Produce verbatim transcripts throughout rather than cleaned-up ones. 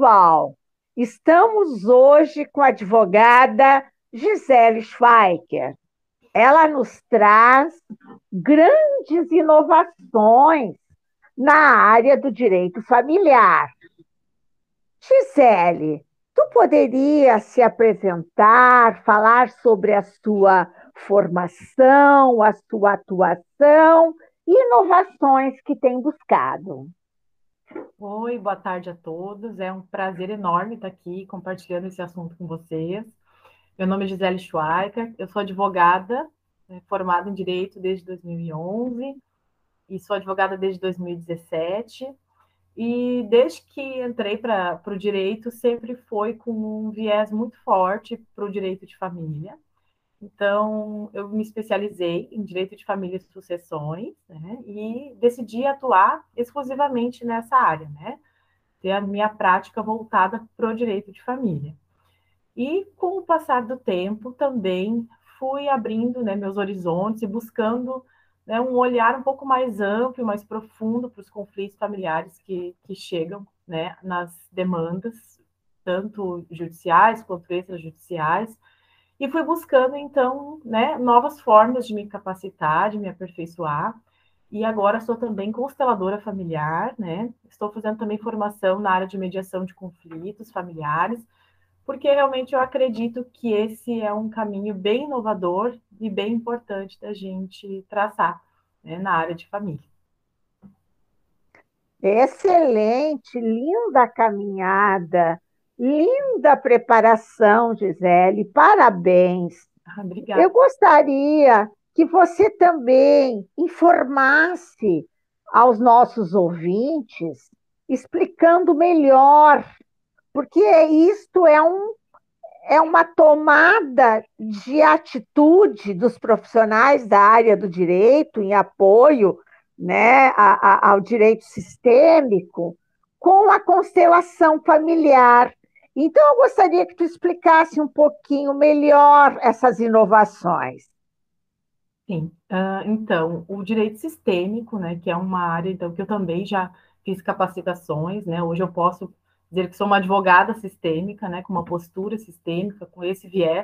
pessoal, estamos hoje com a advogada Gisele Schweiker. Ela nos traz grandes inovações na área do direito familiar. Gisele, tu poderia se apresentar, falar sobre a sua formação, a sua atuação e inovações que tem buscado? Oi, boa tarde a todos. É um prazer enorme estar aqui compartilhando esse assunto com vocês. Meu nome é Gisele Schweiker, eu sou advogada, né, formada em Direito desde dois mil e onze e sou advogada desde dois mil e dezessete. E desde que entrei para o direito, sempre foi com um viés muito forte para o direito de família. Então, eu me especializei em direito de família e sucessões, né, e decidi atuar exclusivamente nessa área, né? Ter a minha prática voltada para o direito de família. E com o passar do tempo também fui abrindo, né, meus horizontes e buscando, né, um olhar um pouco mais amplo, mais profundo para os conflitos familiares que, que chegam, né, nas demandas, tanto judiciais quanto extrajudiciais, e fui buscando, então, né, novas formas de me capacitar, de me aperfeiçoar. E agora sou também consteladora familiar, né? Estou fazendo também formação na área de mediação de conflitos familiares, porque realmente eu acredito que esse é um caminho bem inovador e bem importante da gente traçar, né, na área de família. Excelente, linda caminhada, linda preparação, Gisele, parabéns. Ah, Eu obrigada. gostaria que você também informasse aos nossos ouvintes, explicando melhor, porque isto é um é uma tomada de atitude dos profissionais da área do direito em apoio, né, a, a, ao direito sistêmico com a constelação familiar. Então, eu gostaria que tu explicasse um pouquinho melhor essas inovações. Sim, ah, então, o direito sistêmico, né, que é uma área, então, que eu também já fiz capacitações, né, hoje eu posso dizer que sou uma advogada sistêmica, né, com uma postura sistêmica, com esse viés,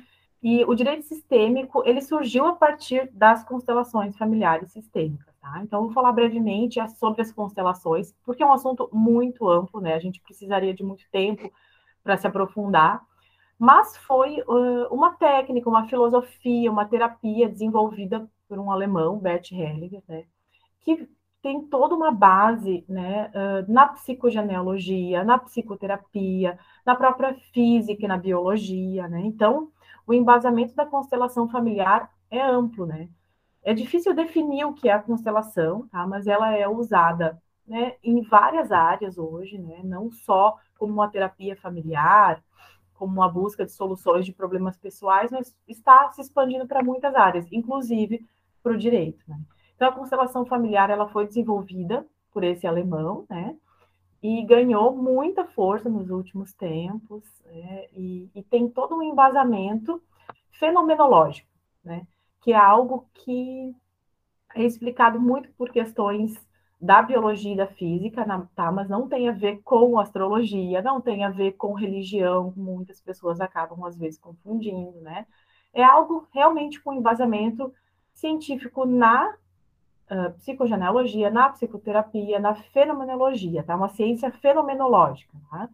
e o direito sistêmico, ele surgiu a partir das constelações familiares sistêmicas, tá? Então, eu vou falar brevemente sobre as constelações, porque é um assunto muito amplo, né, a gente precisaria de muito tempo para se aprofundar, mas foi uh, uma técnica, uma filosofia, uma terapia desenvolvida por um alemão, Bert Hellinger, né, que tem toda uma base, né, uh, na psicogenealogia, na psicoterapia, na própria física e na biologia, né? Então, o embasamento da constelação familiar é amplo, né? É difícil definir o que é a constelação, tá? Mas ela é usada, né, em várias áreas hoje, né? Não só como uma terapia familiar, como uma busca de soluções de problemas pessoais, mas está se expandindo para muitas áreas, inclusive para o direito, né? Então, a constelação familiar ela foi desenvolvida por esse alemão, né? E ganhou muita força nos últimos tempos, né? E, e tem todo um embasamento fenomenológico, né? Que é algo que é explicado muito por questões da biologia e da física, tá? Mas não tem a ver com astrologia, não tem a ver com religião, muitas pessoas acabam às vezes confundindo, né? É algo realmente com embasamento científico na uh, psicogenealogia, na psicoterapia, na fenomenologia, tá? Uma ciência fenomenológica, tá?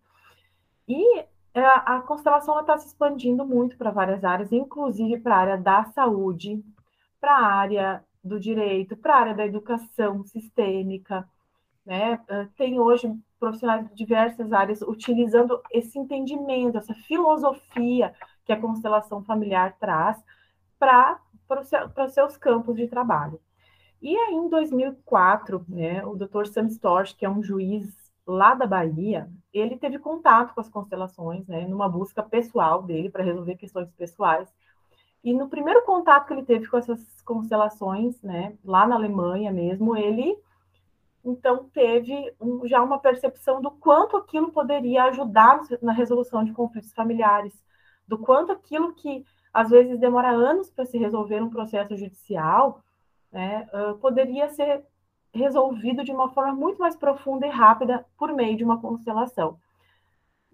E a, a constelação está se expandindo muito para várias áreas, inclusive para a área da saúde, para a área do direito, para a área da educação sistêmica, né? Tem hoje profissionais de diversas áreas utilizando esse entendimento, essa filosofia que a constelação familiar traz para os seus campos de trabalho. E aí, em dois mil e quatro, né, o doutor Sam Storch, que é um juiz lá da Bahia, ele teve contato com as constelações, né, numa busca pessoal dele para resolver questões pessoais. E no primeiro contato que ele teve com essas constelações, né, lá na Alemanha mesmo, ele então teve um, já uma percepção do quanto aquilo poderia ajudar na resolução de conflitos familiares, do quanto aquilo que às vezes demora anos para se resolver um processo judicial, né, uh, poderia ser resolvido de uma forma muito mais profunda e rápida por meio de uma constelação.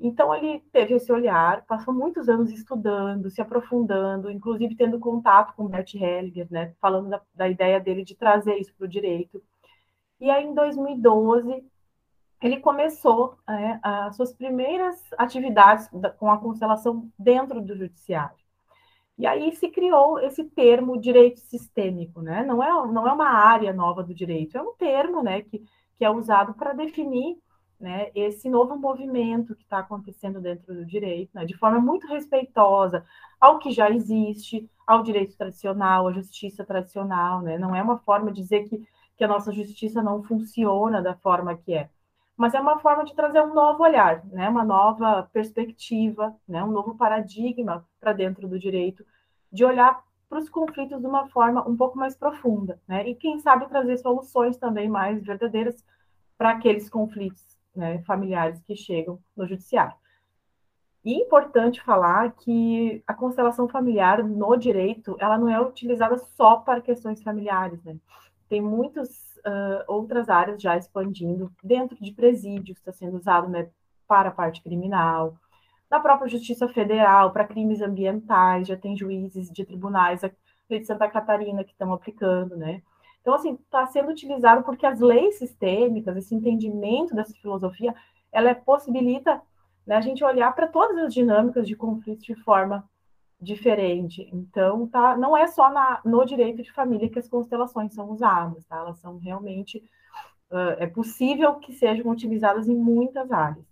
Então, ele teve esse olhar, passou muitos anos estudando, se aprofundando, inclusive tendo contato com Bert Hellinger, né, falando da, da ideia dele de trazer isso para o direito. E aí, em dois mil e doze, ele começou é, as suas primeiras atividades da, com a constelação dentro do judiciário. E aí se criou esse termo direito sistêmico, né? Não é, não é uma área nova do direito, é um termo, né, que, que é usado para definir, né, esse novo movimento que está acontecendo dentro do direito, né, de forma muito respeitosa ao que já existe, ao direito tradicional, à justiça tradicional, né? Não é uma forma de dizer que, que a nossa justiça não funciona da forma que é, mas é uma forma de trazer um novo olhar, né, uma nova perspectiva, né, um novo paradigma para dentro do direito, de olhar para os conflitos de uma forma um pouco mais profunda, né, e quem sabe trazer soluções também mais verdadeiras para aqueles conflitos, né, familiares que chegam no judiciário. E é importante falar que a constelação familiar no direito, ela não é utilizada só para questões familiares, né? Tem muitas uh, outras áreas já expandindo. Dentro de presídios está sendo usado, né, para a parte criminal. Na própria Justiça Federal, para crimes ambientais, já tem juízes de tribunais aqui de Santa Catarina que estão aplicando, né? Então, assim, está sendo utilizado porque as leis sistêmicas, esse entendimento dessa filosofia, ela possibilita, né, a gente olhar para todas as dinâmicas de conflito de forma diferente. Então, tá, não é só na, no direito de família que as constelações são usadas, tá? Elas são realmente, uh, é possível que sejam utilizadas em muitas áreas.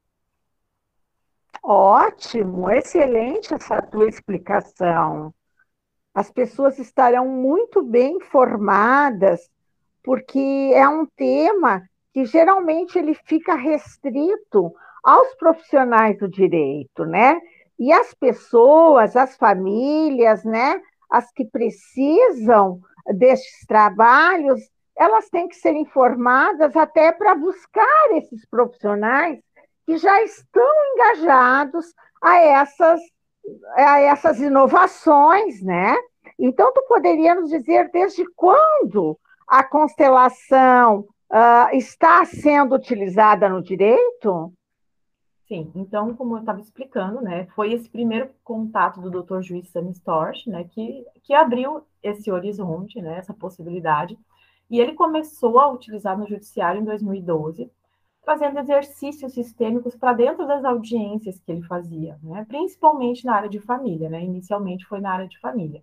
Ótimo, excelente essa tua explicação. As pessoas estarão muito bem informadas, porque é um tema que geralmente ele fica restrito aos profissionais do direito, né? E as pessoas, as famílias, né? As que precisam destes trabalhos, elas têm que ser informadas até para buscar esses profissionais que já estão engajados a essas, a essas inovações, né? Então, tu poderia nos dizer desde quando a constelação uh, está sendo utilizada no direito? Sim, então, como eu estava explicando, né, foi esse primeiro contato do doutor Juiz Sam Storch, né, que, que abriu esse horizonte, né, essa possibilidade, e ele começou a utilizar no judiciário em dois mil e doze, fazendo exercícios sistêmicos para dentro das audiências que ele fazia, né, principalmente na área de família, né, inicialmente foi na área de família.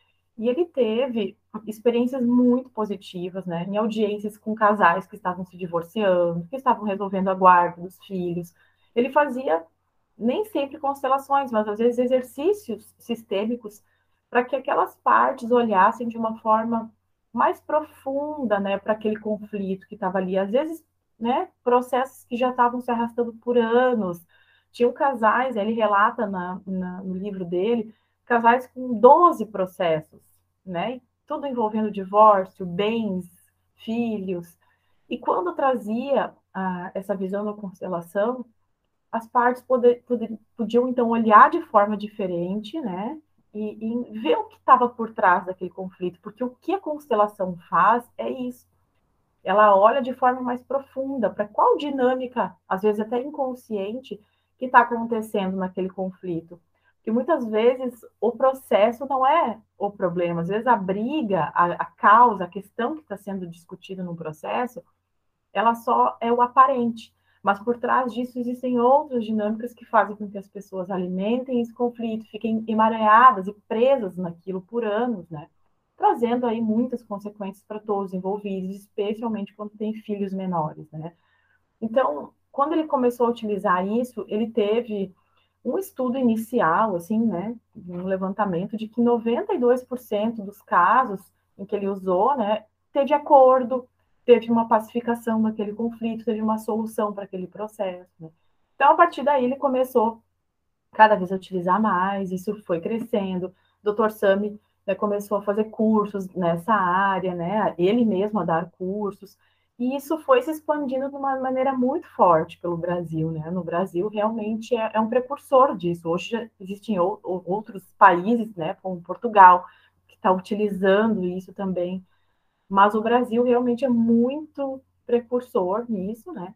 E ele teve experiências muito positivas, né, em audiências com casais que estavam se divorciando, que estavam resolvendo a guarda dos filhos. Ele fazia nem sempre constelações, mas às vezes exercícios sistêmicos para que aquelas partes olhassem de uma forma mais profunda, né, para aquele conflito que estava ali. Às vezes, né, processos que já estavam se arrastando por anos. Tinham casais, ele relata na, na, no livro dele, casais com doze processos, né? Tudo envolvendo divórcio, bens, filhos. E quando trazia ah, essa visão da constelação, as partes poder, poder, podiam então olhar de forma diferente, né? E, e ver o que estava por trás daquele conflito, porque o que a constelação faz é isso. Ela olha de forma mais profunda para qual dinâmica, às vezes até inconsciente, que está acontecendo naquele conflito. Porque muitas vezes o processo não é o problema, às vezes a briga, a, a causa, a questão que está sendo discutida no processo, ela só é o aparente. Mas por trás disso existem outras dinâmicas que fazem com que as pessoas alimentem esse conflito, fiquem emaranhadas e presas naquilo por anos, né? Trazendo aí muitas consequências para todos os envolvidos, especialmente quando tem filhos menores, né? Então, quando ele começou a utilizar isso, ele teve um estudo inicial, assim, né, um levantamento de que noventa e dois por cento dos casos em que ele usou, né, teve acordo, teve uma pacificação daquele conflito, teve uma solução para aquele processo, né? Então, a partir daí, ele começou cada vez a utilizar mais, isso foi crescendo. O doutor Sami, né, começou a fazer cursos nessa área, né, ele mesmo a dar cursos, e isso foi se expandindo de uma maneira muito forte pelo Brasil, né? No Brasil, realmente é, é um precursor disso. Hoje já existem ou, ou, outros países, né, como Portugal, que está utilizando isso também, mas o Brasil realmente é muito precursor nisso, né?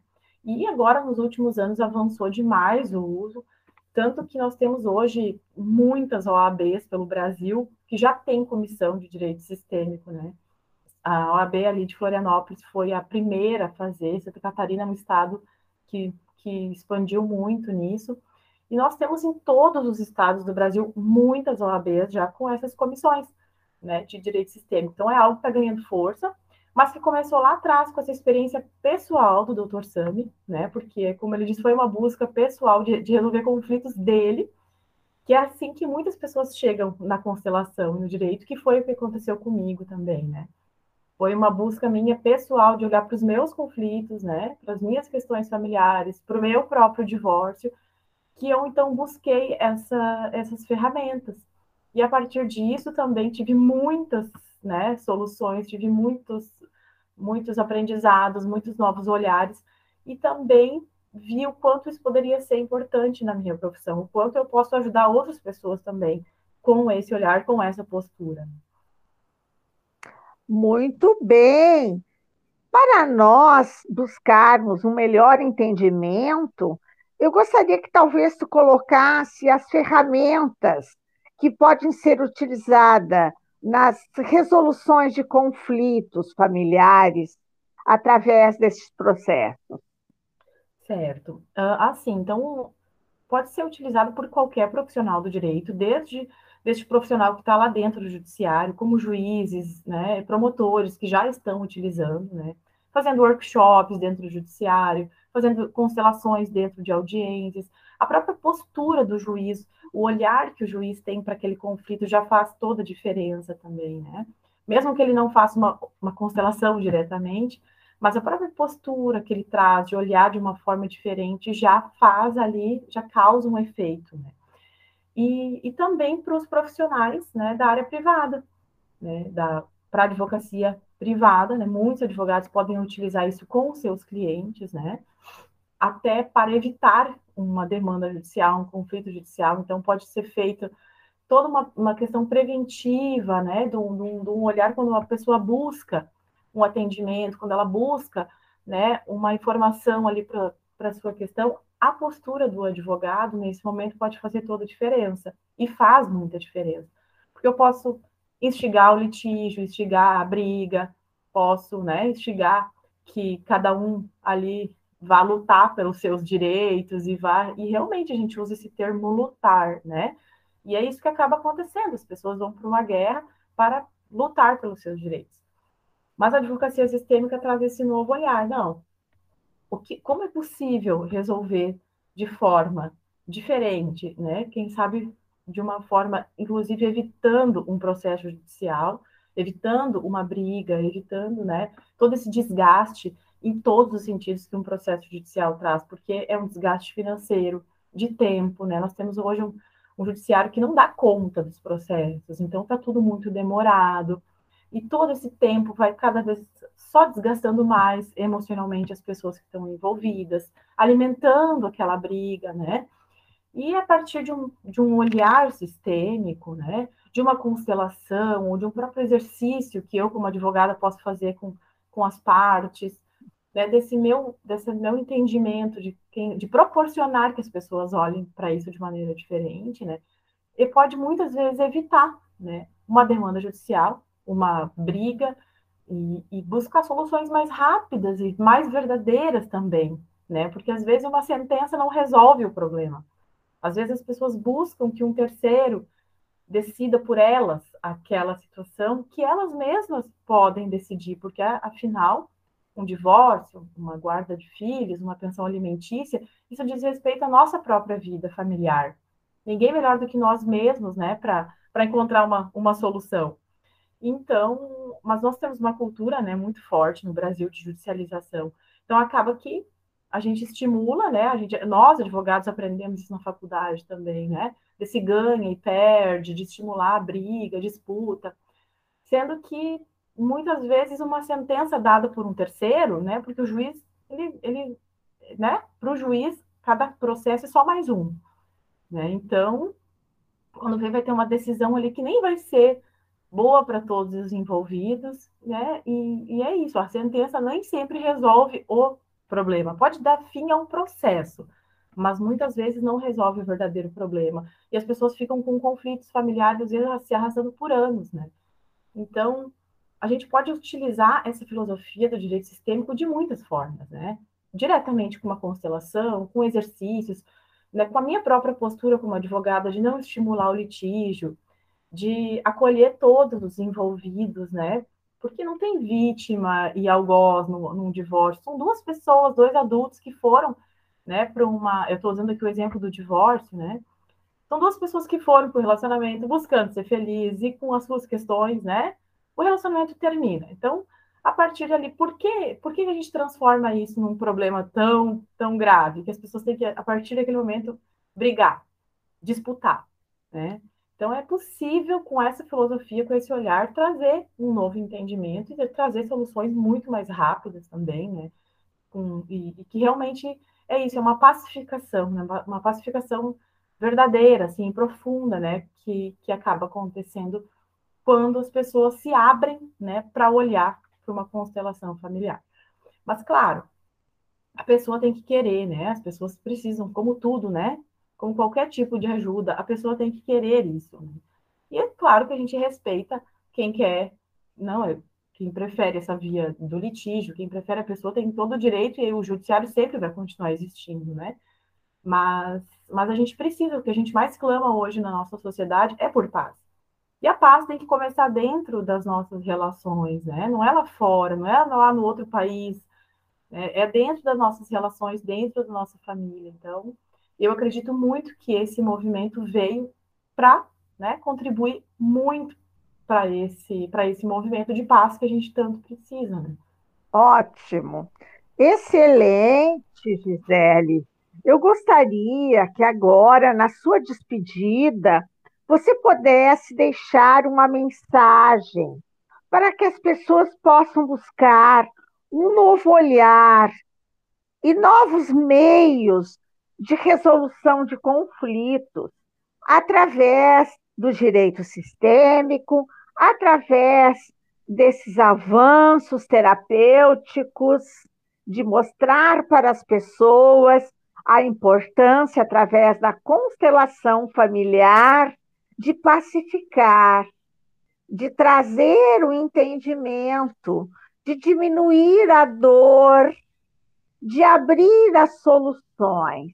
E agora, nos últimos anos, avançou demais o uso, tanto que nós temos hoje muitas O A Bs pelo Brasil que já têm comissão de direito sistêmico, né? A O A B ali de Florianópolis foi a primeira a fazer, Santa Catarina é um estado que, que expandiu muito nisso, e nós temos em todos os estados do Brasil muitas O A Bs já com essas comissões, né, de direito sistêmico. Então é algo que está ganhando força, mas que começou lá atrás com essa experiência pessoal do doutor Sami, né, porque, como ele disse, foi uma busca pessoal de, de resolver conflitos dele, que é assim que muitas pessoas chegam na constelação e no direito, que foi o que aconteceu comigo também, né. Foi uma busca minha pessoal de olhar para os meus conflitos, né, para as minhas questões familiares, para o meu próprio divórcio, que eu então busquei essa, essas ferramentas. E a partir disso também tive muitas, né, soluções, tive muitos, muitos aprendizados, muitos novos olhares, e também vi o quanto isso poderia ser importante na minha profissão, o quanto eu posso ajudar outras pessoas também com esse olhar, com essa postura. Muito bem. Para nós buscarmos um melhor entendimento, eu gostaria que talvez tu colocasse as ferramentas que podem ser utilizadas nas resoluções de conflitos familiares através desses processos. Certo. Ah, assim, então, pode ser utilizado por qualquer profissional do direito, desde deste profissional que está lá dentro do judiciário, como juízes, né, promotores que já estão utilizando, né, fazendo workshops dentro do judiciário, fazendo constelações dentro de audiências, a própria postura do juiz, o olhar que o juiz tem para aquele conflito já faz toda a diferença também, né? Mesmo que ele não faça uma, uma constelação diretamente, mas a própria postura que ele traz de olhar de uma forma diferente já faz ali, já causa um efeito, né? E, e também para os profissionais, né, da área privada, né, da para a advocacia privada, né, muitos advogados podem utilizar isso com os seus clientes, né, até para evitar uma demanda judicial, um conflito judicial, então pode ser feita toda uma, uma questão preventiva, né, de um, de um, de um olhar quando uma pessoa busca um atendimento, quando ela busca, né, uma informação ali para a sua questão, a postura do advogado nesse momento pode fazer toda a diferença, e faz muita diferença, porque eu posso instigar o litígio, instigar a briga, posso, né, instigar que cada um ali vá lutar pelos seus direitos e vá, e realmente a gente usa esse termo lutar, né, e é isso que acaba acontecendo, as pessoas vão para uma guerra para lutar pelos seus direitos. Mas a advocacia sistêmica traz esse novo olhar, não. O que, como é possível resolver de forma diferente, né? Quem sabe de uma forma, inclusive, evitando um processo judicial, evitando uma briga, evitando, né, todo esse desgaste em todos os sentidos que um processo judicial traz, porque é um desgaste financeiro, de tempo, né? Nós temos hoje um, um judiciário que não dá conta dos processos, então está tudo muito demorado, e todo esse tempo vai cada vez só desgastando mais emocionalmente as pessoas que estão envolvidas, alimentando aquela briga, né? E a partir de um, de um olhar sistêmico, né? De uma constelação, ou de um próprio exercício que eu, como advogada, posso fazer com, com as partes, né? Desse meu, desse meu entendimento de, quem, de proporcionar que as pessoas olhem para isso de maneira diferente, né? E pode muitas vezes evitar, né, uma demanda judicial, uma briga, e, e buscar soluções mais rápidas e mais verdadeiras também, né? Porque às vezes uma sentença não resolve o problema. Às vezes as pessoas buscam que um terceiro decida por elas aquela situação que elas mesmas podem decidir, porque afinal um divórcio, uma guarda de filhos, uma pensão alimentícia, isso diz respeito à nossa própria vida familiar. Ninguém melhor do que nós mesmos, né, para encontrar uma, uma solução. Então, mas nós temos uma cultura, né, muito forte no Brasil de judicialização. Então, acaba que a gente estimula, né, a gente, nós, advogados, aprendemos isso na faculdade também, né, desse ganha e perde, de estimular a briga, a disputa, sendo que muitas vezes uma sentença dada por um terceiro, né, porque o juiz, ele, ele né, para o juiz, cada processo é só mais um, né, então, quando vem, vai ter uma decisão ali que nem vai ser boa para todos os envolvidos, né? E, e é isso, a sentença nem sempre resolve o problema. Pode dar fim a um processo, mas muitas vezes não resolve o verdadeiro problema. E as pessoas ficam com conflitos familiares, às vezes, se arrastando por anos, né? Então, a gente pode utilizar essa filosofia do direito sistêmico de muitas formas, né? Diretamente com uma constelação, com exercícios, né? Com a minha própria postura como advogada de não estimular o litígio, de acolher todos os envolvidos, né? Porque não tem vítima e algoz no, num divórcio. São duas pessoas, dois adultos que foram, né, para uma. Eu estou usando aqui o exemplo do divórcio, né? São duas pessoas que foram para o relacionamento buscando ser feliz e com as suas questões, né? O relacionamento termina. Então, a partir dali, por que, por que a gente transforma isso num problema tão, tão grave? Que as pessoas têm que, a partir daquele momento, brigar, disputar, né? Então, é possível, com essa filosofia, com esse olhar, trazer um novo entendimento e trazer soluções muito mais rápidas também, né? Com, e, e que realmente é isso, é uma pacificação, né? Uma pacificação verdadeira, assim, profunda, né? Que, que acaba acontecendo quando as pessoas se abrem, né, para olhar para uma constelação familiar. Mas, claro, a pessoa tem que querer, né? As pessoas precisam, como tudo, né? Como qualquer tipo de ajuda, a pessoa tem que querer isso. Né? E é claro que a gente respeita quem quer, não, é, quem prefere essa via do litígio, quem prefere a pessoa tem todo o direito e o judiciário sempre vai continuar existindo, né? Mas, mas a gente precisa, o que a gente mais clama hoje na nossa sociedade é por paz. E a paz tem que começar dentro das nossas relações, né? Não é lá fora, não é lá no outro país, é, é dentro das nossas relações, dentro da nossa família. Então, eu acredito muito que esse movimento veio para, né, contribuir muito para esse, para esse movimento de paz que a gente tanto precisa. Né? Ótimo. Excelente, Gisele. Eu gostaria que agora, na sua despedida, você pudesse deixar uma mensagem para que as pessoas possam buscar um novo olhar e novos meios de resolução de conflitos através do direito sistêmico, através desses avanços terapêuticos, de mostrar para as pessoas a importância, através da constelação familiar, de pacificar, de trazer o entendimento, de diminuir a dor, de abrir as soluções.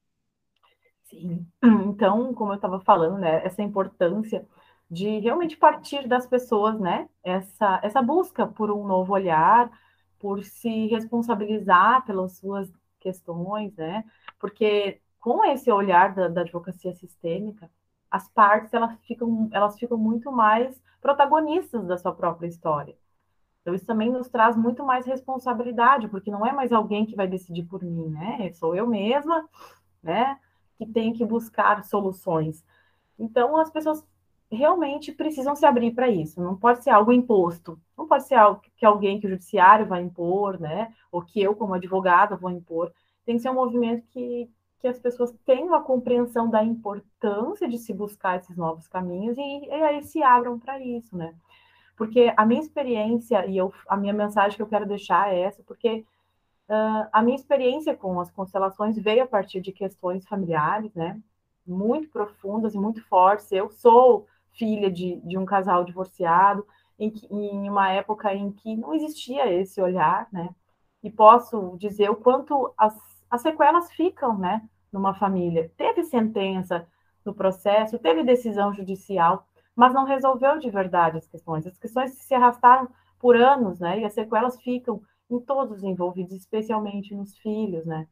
Sim. Então, como eu estava falando, né, essa importância de realmente partir das pessoas, né, essa, essa busca por um novo olhar, por se responsabilizar pelas suas questões, né, porque com esse olhar da, da advocacia sistêmica, as partes elas ficam, elas ficam muito mais protagonistas da sua própria história. Então, isso também nos traz muito mais responsabilidade, porque não é mais alguém que vai decidir por mim, né? Sou eu mesma, né? Que tenho que buscar soluções. Então, as pessoas realmente precisam se abrir para isso. Não pode ser algo imposto. Não pode ser algo que alguém, que o judiciário vai impor, né? Ou que eu, como advogada, vou impor. Tem que ser um movimento que, que as pessoas tenham a compreensão da importância de se buscar esses novos caminhos e, e aí se abram para isso, né? Porque a minha experiência e eu, a minha mensagem que eu quero deixar é essa, porque uh, a minha experiência com as constelações veio a partir de questões familiares, né? Muito profundas e muito fortes. Eu sou filha de, de um casal divorciado, em, que, em uma época em que não existia esse olhar, né? E posso dizer o quanto as, as sequelas ficam, né? Numa família. Teve sentença no processo, teve decisão judicial, mas não resolveu de verdade as questões. As questões se arrastaram por anos, né? E as sequelas ficam em todos os envolvidos, especialmente nos filhos, né?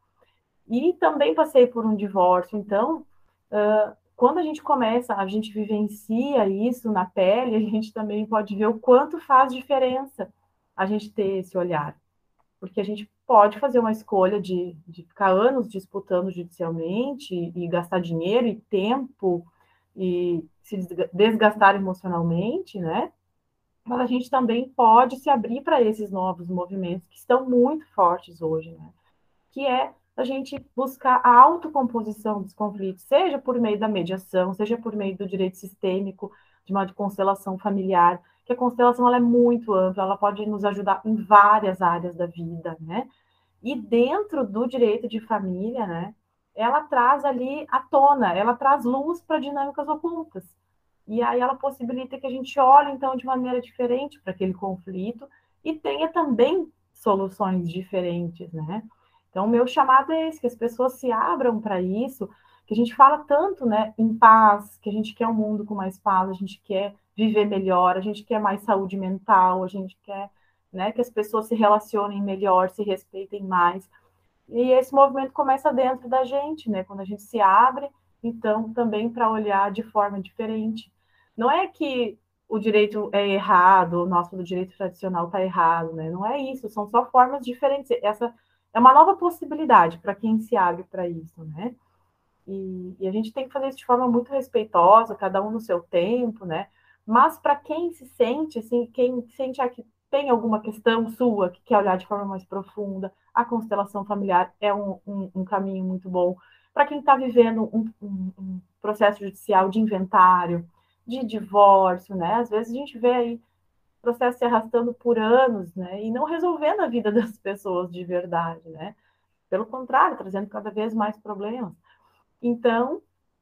E também passei por um divórcio, então, uh, quando a gente começa, a gente vivencia isso na pele, a gente também pode ver o quanto faz diferença a gente ter esse olhar. Porque a gente pode fazer uma escolha de, de ficar anos disputando judicialmente e, e gastar dinheiro e tempo e se desgastar emocionalmente, né? Mas a gente também pode se abrir para esses novos movimentos que estão muito fortes hoje, né? Que é a gente buscar a autocomposição dos conflitos, seja por meio da mediação, seja por meio do direito sistêmico, de uma constelação familiar, que a constelação ela é muito ampla, ela pode nos ajudar em várias áreas da vida, né? E dentro do direito de família, né, ela traz ali à tona, ela traz luz para dinâmicas ocultas. E aí ela possibilita que a gente olhe, então, de maneira diferente para aquele conflito e tenha também soluções diferentes, né? Então, o meu chamado é esse, que as pessoas se abram para isso, que a gente fala tanto, né, em paz, que a gente quer um mundo com mais paz, a gente quer viver melhor, a gente quer mais saúde mental, a gente quer, né, que as pessoas se relacionem melhor, se respeitem mais. E esse movimento começa dentro da gente, né? Quando a gente se abre, então, também para olhar de forma diferente. Não é que o direito é errado, o nosso do direito tradicional está errado, né? Não é isso, são só formas diferentes. Essa é uma nova possibilidade para quem se abre para isso, né? E, e a gente tem que fazer isso de forma muito respeitosa, cada um no seu tempo, né? Mas para quem se sente, assim, quem sente que tem alguma questão sua, que quer olhar de forma mais profunda, a constelação familiar é um, um, um caminho muito bom. Para quem está vivendo um, um, um processo judicial de inventário, de divórcio, né? Às vezes a gente vê aí processo se arrastando por anos, né? E não resolvendo a vida das pessoas de verdade, né? Pelo contrário, trazendo cada vez mais problemas. Então,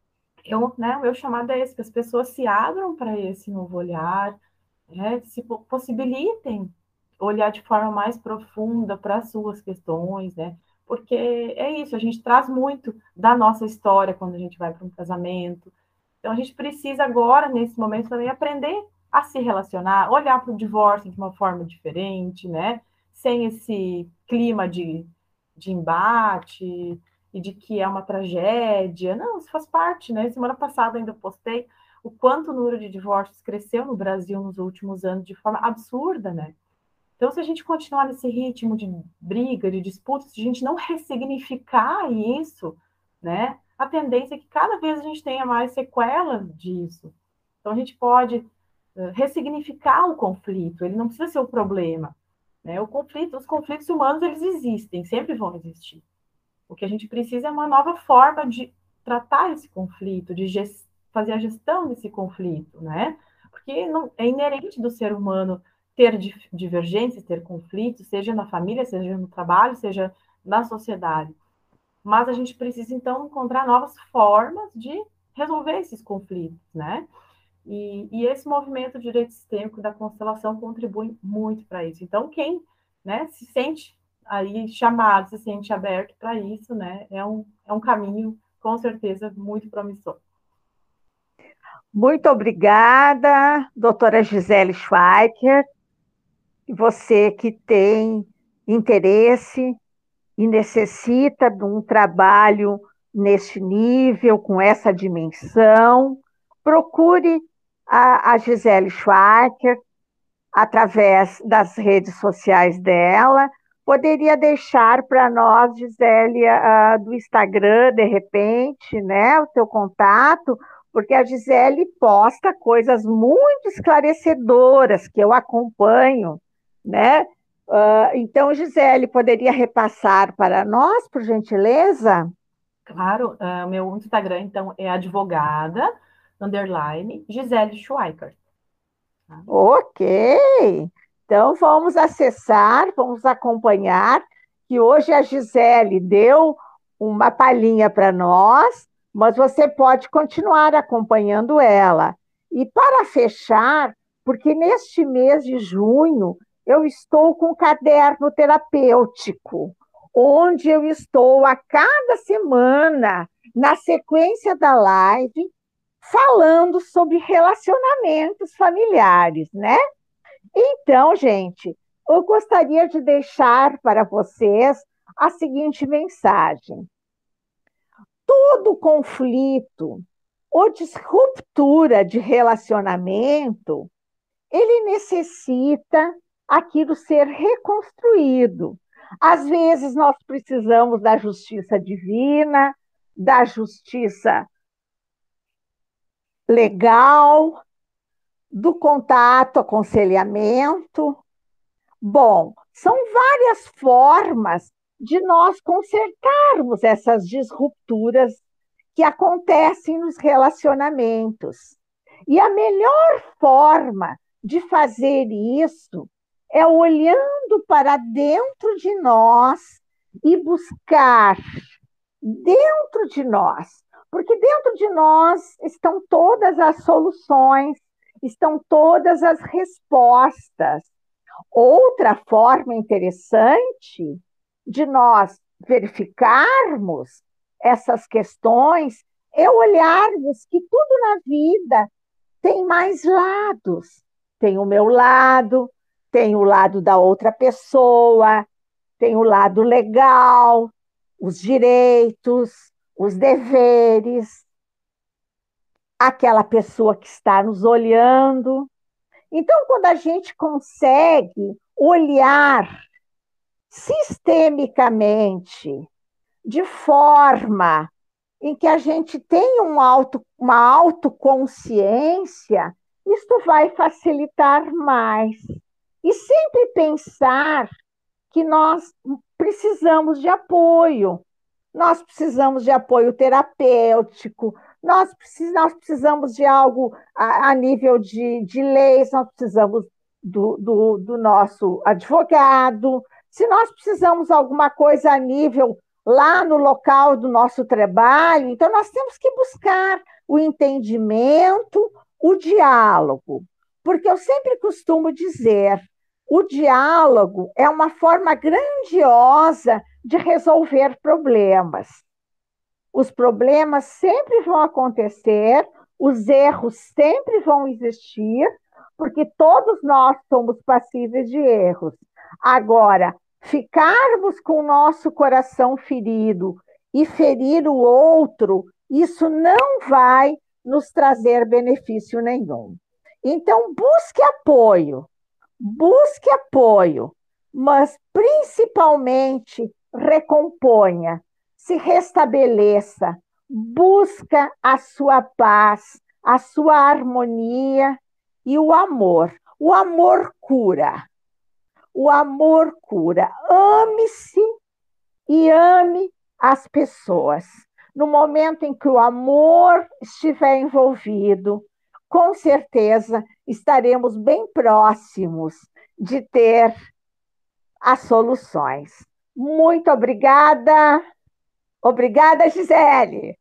eu, né, o meu chamado é esse, que as pessoas se abram para esse novo olhar, né, se possibilitem olhar de forma mais profunda para as suas questões, né, porque é isso, a gente traz muito da nossa história quando a gente vai para um casamento. Então, a gente precisa agora, nesse momento, também aprender a se relacionar, olhar para o divórcio de uma forma diferente, né, sem esse clima de, de embate, e de que é uma tragédia. Não, isso faz parte, né? Semana passada ainda postei o quanto o número de divórcios cresceu no Brasil nos últimos anos de forma absurda, né? Então, se a gente continuar nesse ritmo de briga, de disputa, se a gente não ressignificar isso, né? A tendência é que cada vez a gente tenha mais sequela disso. Então, a gente pode uh, ressignificar o conflito, ele não precisa ser o problema, né? O conflito, os conflitos humanos, eles existem, sempre vão existir. O que a gente precisa é uma nova forma de tratar esse conflito, de gest... fazer a gestão desse conflito, né? Porque não... é inerente do ser humano ter divergências, ter conflitos, seja na família, seja no trabalho, seja na sociedade. Mas a gente precisa, então, encontrar novas formas de resolver esses conflitos, né? E, e esse movimento de direito sistêmico da constelação contribui muito para isso. Então, quem, né, se sente aí chamado, se sente aberto para isso, né, é um, é um caminho, com certeza, muito promissor. Muito obrigada, doutora Gisele Schweiker. Você que tem interesse e necessita de um trabalho neste nível, com essa dimensão, procure a, a Gisele Schweiker através das redes sociais dela. Poderia deixar para nós, Gisele, uh, do Instagram, de repente, né, o teu contato, porque a Gisele posta coisas muito esclarecedoras que eu acompanho, né? Uh, então, Gisele, poderia repassar para nós, por gentileza? Claro, o uh, meu Instagram, então, é advogada, underline, Gisele Schweiker. Tá? Ok, então vamos acessar, vamos acompanhar, que hoje a Gisele deu uma palhinha para nós, mas você pode continuar acompanhando ela. E para fechar, porque neste mês de junho eu estou com um caderno terapêutico, onde eu estou a cada semana, na sequência da live, falando sobre relacionamentos familiares, né? Então, gente, eu gostaria de deixar para vocês a seguinte mensagem: todo conflito ou disruptura de relacionamento, ele necessita aquilo ser reconstruído. Às vezes nós precisamos da justiça divina, da justiça legal, do contato, aconselhamento. Bom, são várias formas de nós consertarmos essas disrupturas que acontecem nos relacionamentos. E a melhor forma de fazer isso é olhando para dentro de nós, e buscar dentro de nós, porque dentro de nós estão todas as soluções, estão todas as respostas. Outra forma interessante de nós verificarmos essas questões é olharmos que tudo na vida tem mais lados. Tem o meu lado, tem o lado da outra pessoa, tem o lado legal, os direitos, os deveres, aquela pessoa que está nos olhando. Então, quando a gente consegue olhar sistemicamente, de forma em que a gente tem um auto, uma autoconsciência, isto vai facilitar mais. E sempre pensar que nós precisamos de apoio. Nós precisamos de apoio terapêutico, nós, precis, nós precisamos de algo a, a nível de, de leis, nós precisamos do, do, do nosso advogado. Se nós precisamos de alguma coisa a nível lá no local do nosso trabalho, então nós temos que buscar o entendimento, o diálogo. Porque eu sempre costumo dizer, o diálogo é uma forma grandiosa de resolver problemas. Os problemas sempre vão acontecer, os erros sempre vão existir, porque todos nós somos passíveis de erros. Agora, ficarmos com o nosso coração ferido e ferir o outro, isso não vai nos trazer benefício nenhum. Então, busque apoio, busque apoio, mas principalmente recomponha, se restabeleça, busca a sua paz, a sua harmonia e o amor. O amor cura. O amor cura. Ame-se e ame as pessoas. No momento em que o amor estiver envolvido, com certeza estaremos bem próximos de ter as soluções. Muito obrigada. Obrigada, Gisele.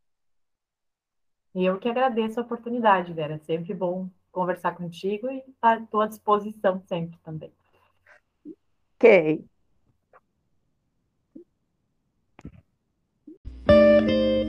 E eu que agradeço a oportunidade, Vera. Sempre bom conversar contigo e estou à tua disposição sempre também. Ok.